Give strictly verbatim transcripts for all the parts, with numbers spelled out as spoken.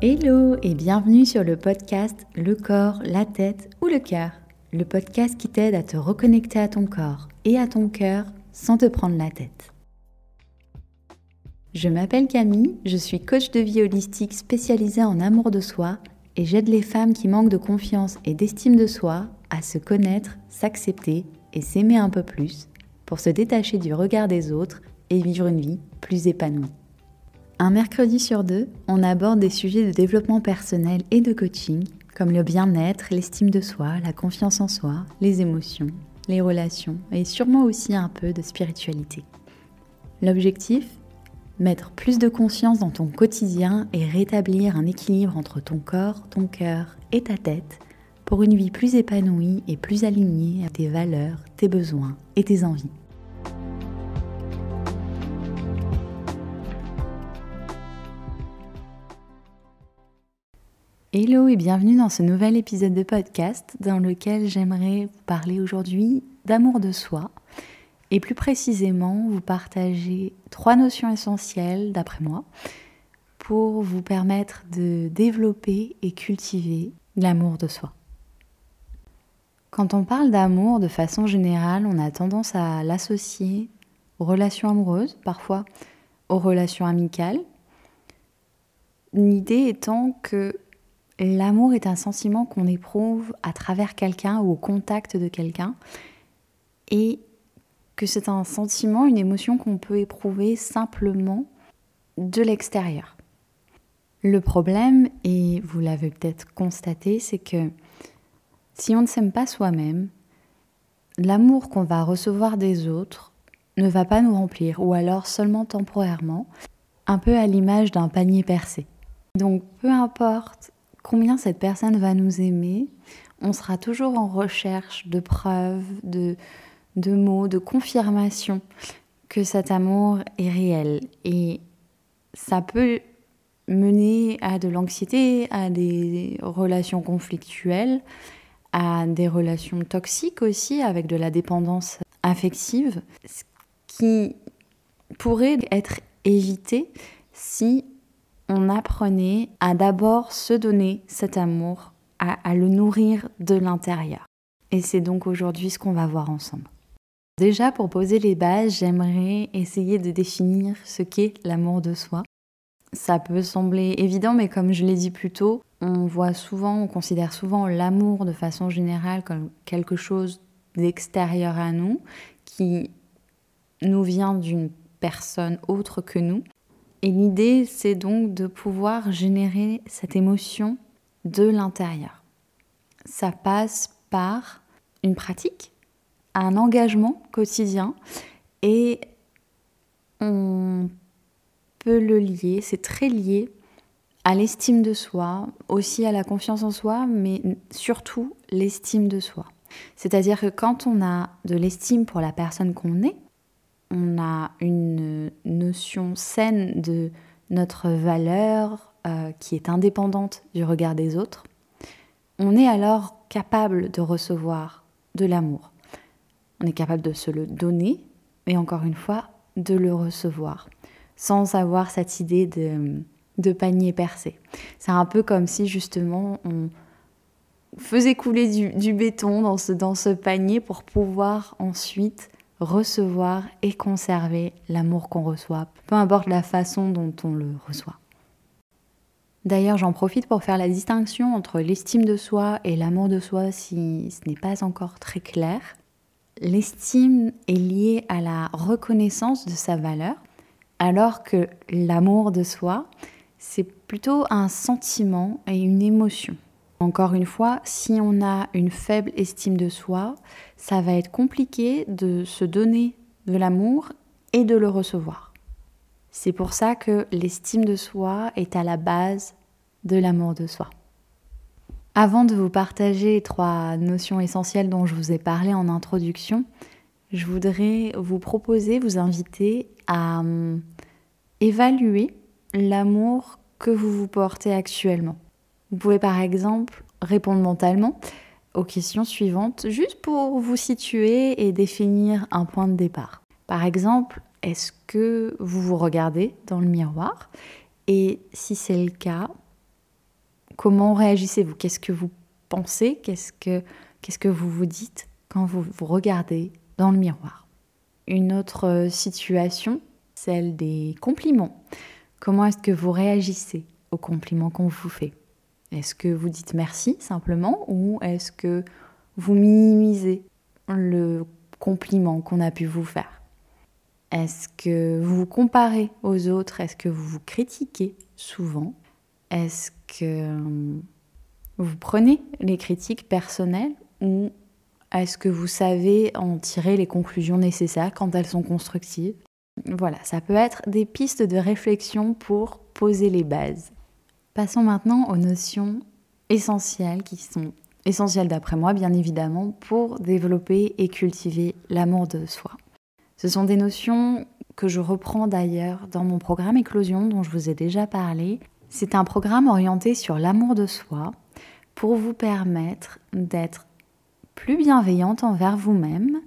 Hello et bienvenue sur le podcast Le corps, la tête ou le cœur. Le podcast qui t'aide à te reconnecter à ton corps et à ton cœur sans te prendre la tête. Je m'appelle Camille, je suis coach de vie holistique spécialisée en amour de soi et j'aide les femmes qui manquent de confiance et d'estime de soi à se connaître, s'accepter et s'aimer un peu plus pour se détacher du regard des autres et vivre une vie plus épanouie. Un mercredi sur deux, on aborde des sujets de développement personnel et de coaching, comme le bien-être, l'estime de soi, la confiance en soi, les émotions, les relations et sûrement aussi un peu de spiritualité. L'objectif ? Mettre plus de conscience dans ton quotidien et rétablir un équilibre entre ton corps, ton cœur et ta tête pour une vie plus épanouie et plus alignée à tes valeurs, tes besoins et tes envies. Hello et bienvenue dans ce nouvel épisode de podcast dans lequel j'aimerais vous parler aujourd'hui d'amour de soi et plus précisément vous partager trois notions essentielles d'après moi pour vous permettre de développer et cultiver l'amour de soi. Quand on parle d'amour de façon générale, on a tendance à l'associer aux relations amoureuses, parfois aux relations amicales. L'idée étant que l'amour est un sentiment qu'on éprouve à travers quelqu'un ou au contact de quelqu'un et que c'est un sentiment, une émotion qu'on peut éprouver simplement de l'extérieur. Le problème, et vous l'avez peut-être constaté, c'est que si on ne s'aime pas soi-même, l'amour qu'on va recevoir des autres ne va pas nous remplir ou alors seulement temporairement, un peu à l'image d'un panier percé. Donc peu importe combien cette personne va nous aimer, on sera toujours en recherche de preuves, de, de mots, de confirmation que cet amour est réel. Et ça peut mener à de l'anxiété, à des relations conflictuelles, à des relations toxiques aussi, avec de la dépendance affective, ce qui pourrait être évité si on apprenait à d'abord se donner cet amour, à, à le nourrir de l'intérieur. Et c'est donc aujourd'hui ce qu'on va voir ensemble. Déjà, pour poser les bases, j'aimerais essayer de définir ce qu'est l'amour de soi. Ça peut sembler évident, mais comme je l'ai dit plus tôt, on voit souvent, on considère souvent l'amour de façon générale comme quelque chose d'extérieur à nous, qui nous vient d'une personne autre que nous. Et l'idée, c'est donc de pouvoir générer cette émotion de l'intérieur. Ça passe par une pratique, un engagement quotidien et on peut le lier, c'est très lié à l'estime de soi, aussi à la confiance en soi, mais surtout l'estime de soi. C'est-à-dire que quand on a de l'estime pour la personne qu'on est, on a une notion saine de notre valeur euh, qui est indépendante du regard des autres. On est alors capable de recevoir de l'amour. On est capable de se le donner, mais encore une fois, de le recevoir, sans avoir cette idée de, de panier percé. C'est un peu comme si justement on faisait couler du, du béton dans ce, dans ce panier pour pouvoir ensuite recevoir et conserver l'amour qu'on reçoit, peu importe la façon dont on le reçoit. D'ailleurs, j'en profite pour faire la distinction entre l'estime de soi et l'amour de soi si ce n'est pas encore très clair. L'estime est liée à la reconnaissance de sa valeur, alors que l'amour de soi, c'est plutôt un sentiment et une émotion. Encore une fois, si on a une faible estime de soi, ça va être compliqué de se donner de l'amour et de le recevoir. C'est pour ça que l'estime de soi est à la base de l'amour de soi. Avant de vous partager les trois notions essentielles dont je vous ai parlé en introduction, je voudrais vous proposer, vous inviter à hum, évaluer l'amour que vous vous portez actuellement. Vous pouvez par exemple répondre mentalement aux questions suivantes, juste pour vous situer et définir un point de départ. Par exemple, est-ce que vous vous regardez dans le miroir ? Et si c'est le cas, Comment réagissez-vous? Qu'est-ce que vous pensez? Qu'est-ce que, qu'est-ce que vous vous dites quand vous vous regardez dans le miroir? Une autre situation, celle des compliments. Comment est-ce que vous réagissez aux compliments qu'on vous fait? Est-ce que vous dites merci simplement ou est-ce que vous minimisez le compliment qu'on a pu vous faire? Est-ce que vous vous comparez aux autres? Est-ce que vous vous critiquez souvent? Est-ce que vous prenez les critiques personnelles ou est-ce que vous savez en tirer les conclusions nécessaires quand elles sont constructives? Voilà, ça peut être des pistes de réflexion pour poser les bases. Passons maintenant aux notions essentielles qui sont essentielles d'après moi, bien évidemment, pour développer et cultiver l'amour de soi. Ce sont des notions que je reprends d'ailleurs dans mon programme Éclosion dont je vous ai déjà parlé. C'est un programme orienté sur l'amour de soi pour vous permettre d'être plus bienveillante envers vous-même,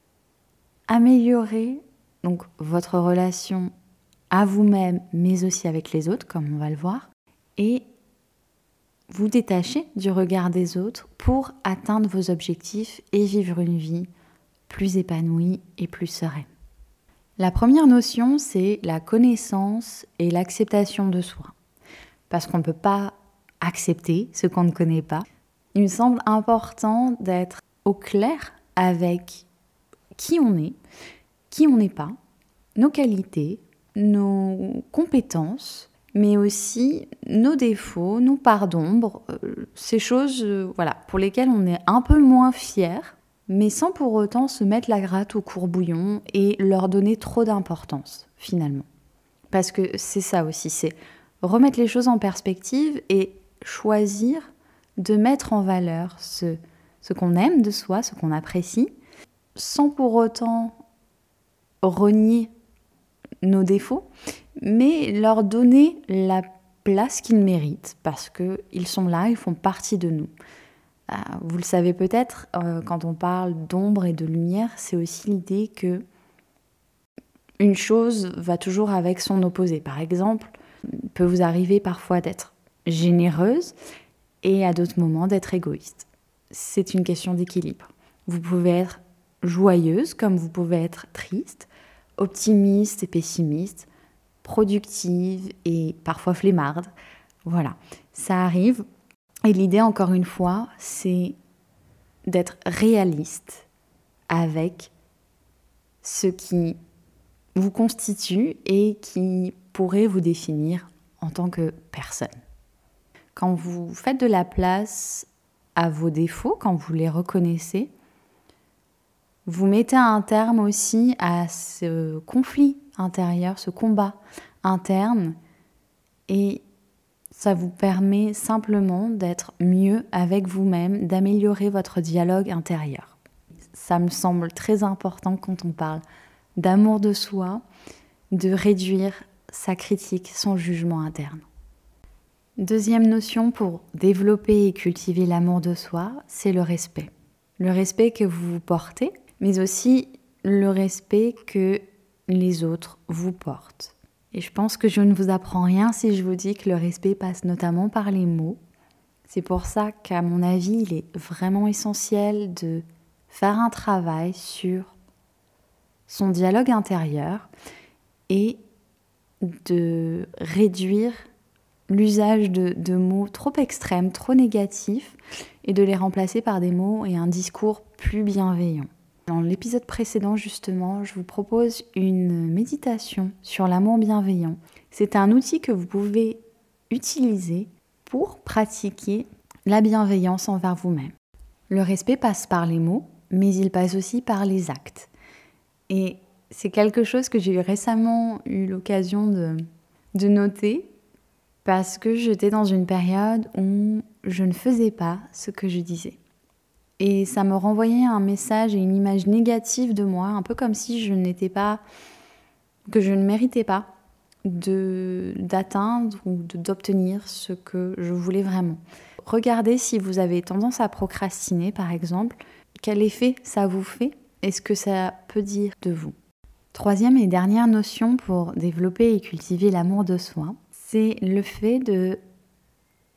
améliorer donc votre relation à vous-même mais aussi avec les autres comme on va le voir, et vous détacher du regard des autres pour atteindre vos objectifs et vivre une vie plus épanouie et plus sereine. La première notion, c'est la connaissance et l'acceptation de soi. Parce qu'on ne peut pas accepter ce qu'on ne connaît pas. Il me semble important d'être au clair avec qui on est, qui on n'est pas, nos qualités, nos compétences, mais aussi nos défauts, nos parts d'ombre, euh, ces choses euh, voilà, pour lesquelles on est un peu moins fier, mais sans pour autant se mettre la gratte au courbouillon et leur donner trop d'importance, finalement. Parce que c'est ça aussi, c'est remettre les choses en perspective et choisir de mettre en valeur ce, ce qu'on aime de soi, ce qu'on apprécie, sans pour autant renier nos défauts, mais leur donner la place qu'ils méritent, parce qu'ils sont là, ils font partie de nous. Vous le savez peut-être, euh, quand on parle d'ombre et de lumière, c'est aussi l'idée que une chose va toujours avec son opposé. Par exemple, il peut vous arriver parfois d'être généreuse et à d'autres moments d'être égoïste. C'est une question d'équilibre. Vous pouvez être joyeuse comme vous pouvez être triste, optimiste et pessimiste, productive et parfois flemmarde. Voilà, ça arrive. Et l'idée, encore une fois, c'est d'être réaliste avec ce qui vous constitue et qui pourrait vous définir en tant que personne. Quand vous faites de la place à vos défauts, quand vous les reconnaissez, vous mettez un terme aussi à ce conflit intérieur, ce combat interne, et ça vous permet simplement d'être mieux avec vous-même, d'améliorer votre dialogue intérieur. Ça me semble très important quand on parle d'amour de soi, de réduire sa critique, son jugement interne. Deuxième notion pour développer et cultiver l'amour de soi, c'est le respect. Le respect que vous vous portez, mais aussi le respect que les autres vous portent. Et je pense que je ne vous apprends rien si je vous dis que le respect passe notamment par les mots. C'est pour ça qu'à mon avis, il est vraiment essentiel de faire un travail sur son dialogue intérieur et de réduire l'usage de, de mots trop extrêmes, trop négatifs, et de les remplacer par des mots et un discours plus bienveillant. Dans l'épisode précédent, justement, je vous propose une méditation sur l'amour bienveillant. C'est un outil que vous pouvez utiliser pour pratiquer la bienveillance envers vous-même. Le respect passe par les mots, mais il passe aussi par les actes. Et c'est quelque chose que j'ai récemment eu l'occasion de, de noter parce que j'étais dans une période où je ne faisais pas ce que je disais. Et ça me renvoyait un message et une image négative de moi, un peu comme si je n'étais pas, que je ne méritais pas de, d'atteindre ou de, d'obtenir ce que je voulais vraiment. Regardez si vous avez tendance à procrastiner, par exemple, quel effet ça vous fait et ce que ça peut dire de vous. Troisième et dernière notion pour développer et cultiver l'amour de soi, c'est le fait de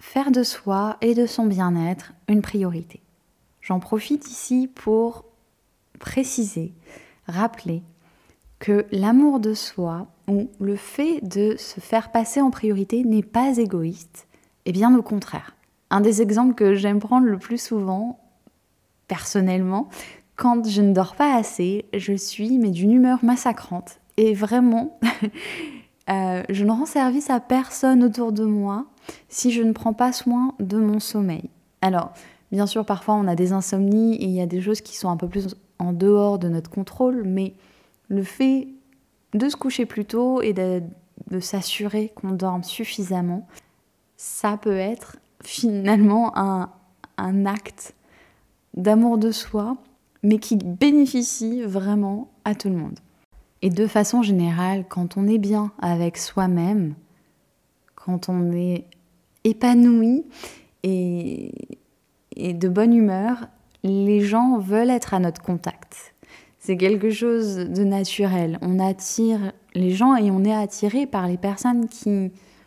faire de soi et de son bien-être une priorité. J'en profite ici pour préciser, rappeler que l'amour de soi ou le fait de se faire passer en priorité n'est pas égoïste, et bien au contraire. Un des exemples que j'aime prendre le plus souvent, personnellement, quand je ne dors pas assez, je suis mais d'une humeur massacrante. Et vraiment, euh, je ne rends service à personne autour de moi si je ne prends pas soin de mon sommeil. Alors, bien sûr, parfois on a des insomnies et il y a des choses qui sont un peu plus en dehors de notre contrôle, mais le fait de se coucher plus tôt et de, de s'assurer qu'on dorme suffisamment, ça peut être finalement un, un acte d'amour de soi, mais qui bénéficie vraiment à tout le monde. Et de façon générale, quand on est bien avec soi-même, quand on est épanoui et, et de bonne humeur, les gens veulent être à notre contact. C'est quelque chose de naturel. On attire les gens et on est attiré par les personnes qui,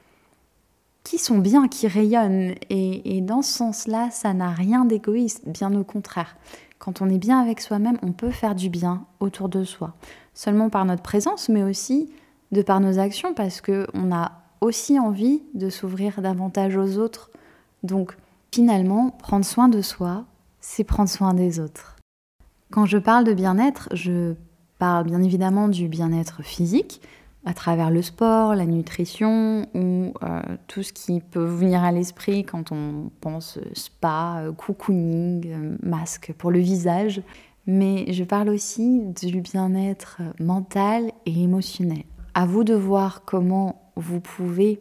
qui sont bien, qui rayonnent. Et, et dans ce sens-là, ça n'a rien d'égoïste, bien au contraire. Quand on est bien avec soi-même, on peut faire du bien autour de soi. Seulement par notre présence, mais aussi de par nos actions, parce qu'on a aussi envie de s'ouvrir davantage aux autres. Donc finalement, prendre soin de soi, c'est prendre soin des autres. Quand je parle de bien-être, je parle bien évidemment du bien-être physique, à travers le sport, la nutrition ou euh, tout ce qui peut venir à l'esprit quand on pense spa, cocooning, masque pour le visage. Mais je parle aussi du bien-être mental et émotionnel. À vous de voir comment vous pouvez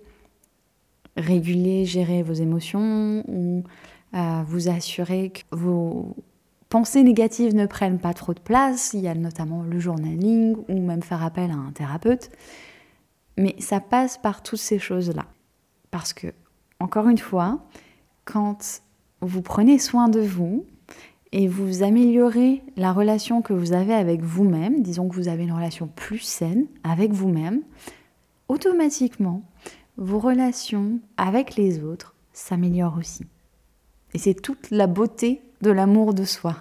réguler, gérer vos émotions ou euh, vous assurer que vos pensées négatives ne prennent pas trop de place. Il y a notamment le journaling ou même faire appel à un thérapeute. Mais ça passe par toutes ces choses-là. Parce que, encore une fois, quand vous prenez soin de vous et vous améliorez la relation que vous avez avec vous-même, disons que vous avez une relation plus saine avec vous-même, automatiquement, vos relations avec les autres s'améliorent aussi. Et c'est toute la beauté de l'amour de soi.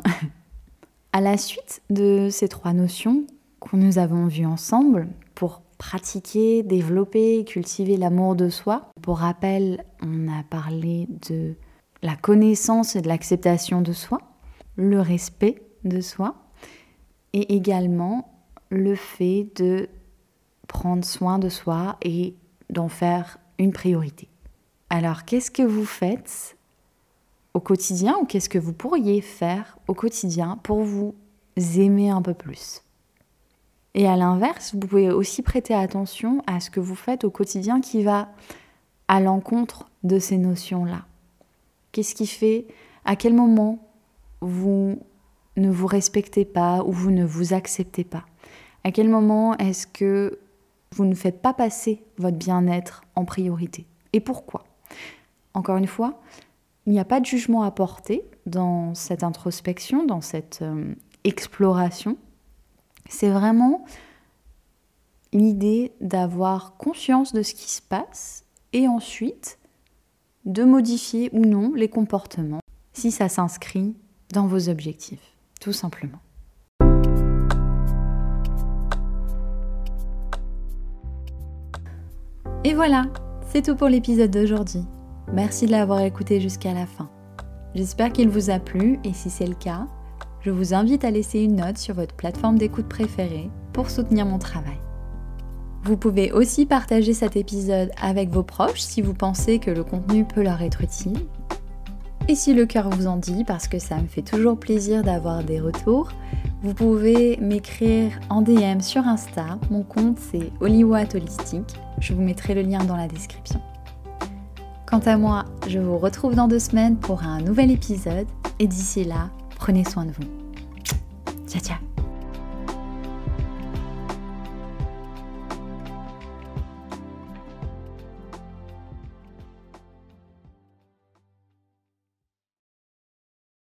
À la suite de ces trois notions que nous avons vues ensemble pour pratiquer, développer et cultiver l'amour de soi, pour rappel, on a parlé de la connaissance et de l'acceptation de soi, le respect de soi et également le fait de prendre soin de soi et d'en faire une priorité. Alors, qu'est-ce que vous faites au quotidien ou qu'est-ce que vous pourriez faire au quotidien pour vous aimer un peu plus? Et à l'inverse, vous pouvez aussi prêter attention à ce que vous faites au quotidien qui va à l'encontre de ces notions-là. Qu'est-ce qui fait, à quel moment vous ne vous respectez pas ou vous ne vous acceptez pas? À quel moment est-ce que vous ne faites pas passer votre bien-être en priorité? Et pourquoi? Encore une fois, il n'y a pas de jugement à porter dans cette introspection, dans cette euh, exploration. C'est vraiment l'idée d'avoir conscience de ce qui se passe et ensuite de modifier ou non les comportements si ça s'inscrit dans vos objectifs, tout simplement. Et voilà, c'est tout pour l'épisode d'aujourd'hui. Merci de l'avoir écouté jusqu'à la fin. J'espère qu'il vous a plu et si c'est le cas, je vous invite à laisser une note sur votre plateforme d'écoute préférée pour soutenir mon travail. Vous pouvez aussi partager cet épisode avec vos proches si vous pensez que le contenu peut leur être utile. Et si le cœur vous en dit, parce que ça me fait toujours plaisir d'avoir des retours, vous pouvez m'écrire en D M sur Insta. Mon compte c'est Oliwat Holistique. Je vous mettrai le lien dans la description. Quant à moi, je vous retrouve dans deux semaines pour un nouvel épisode et d'ici là, prenez soin de vous. Ciao ciao.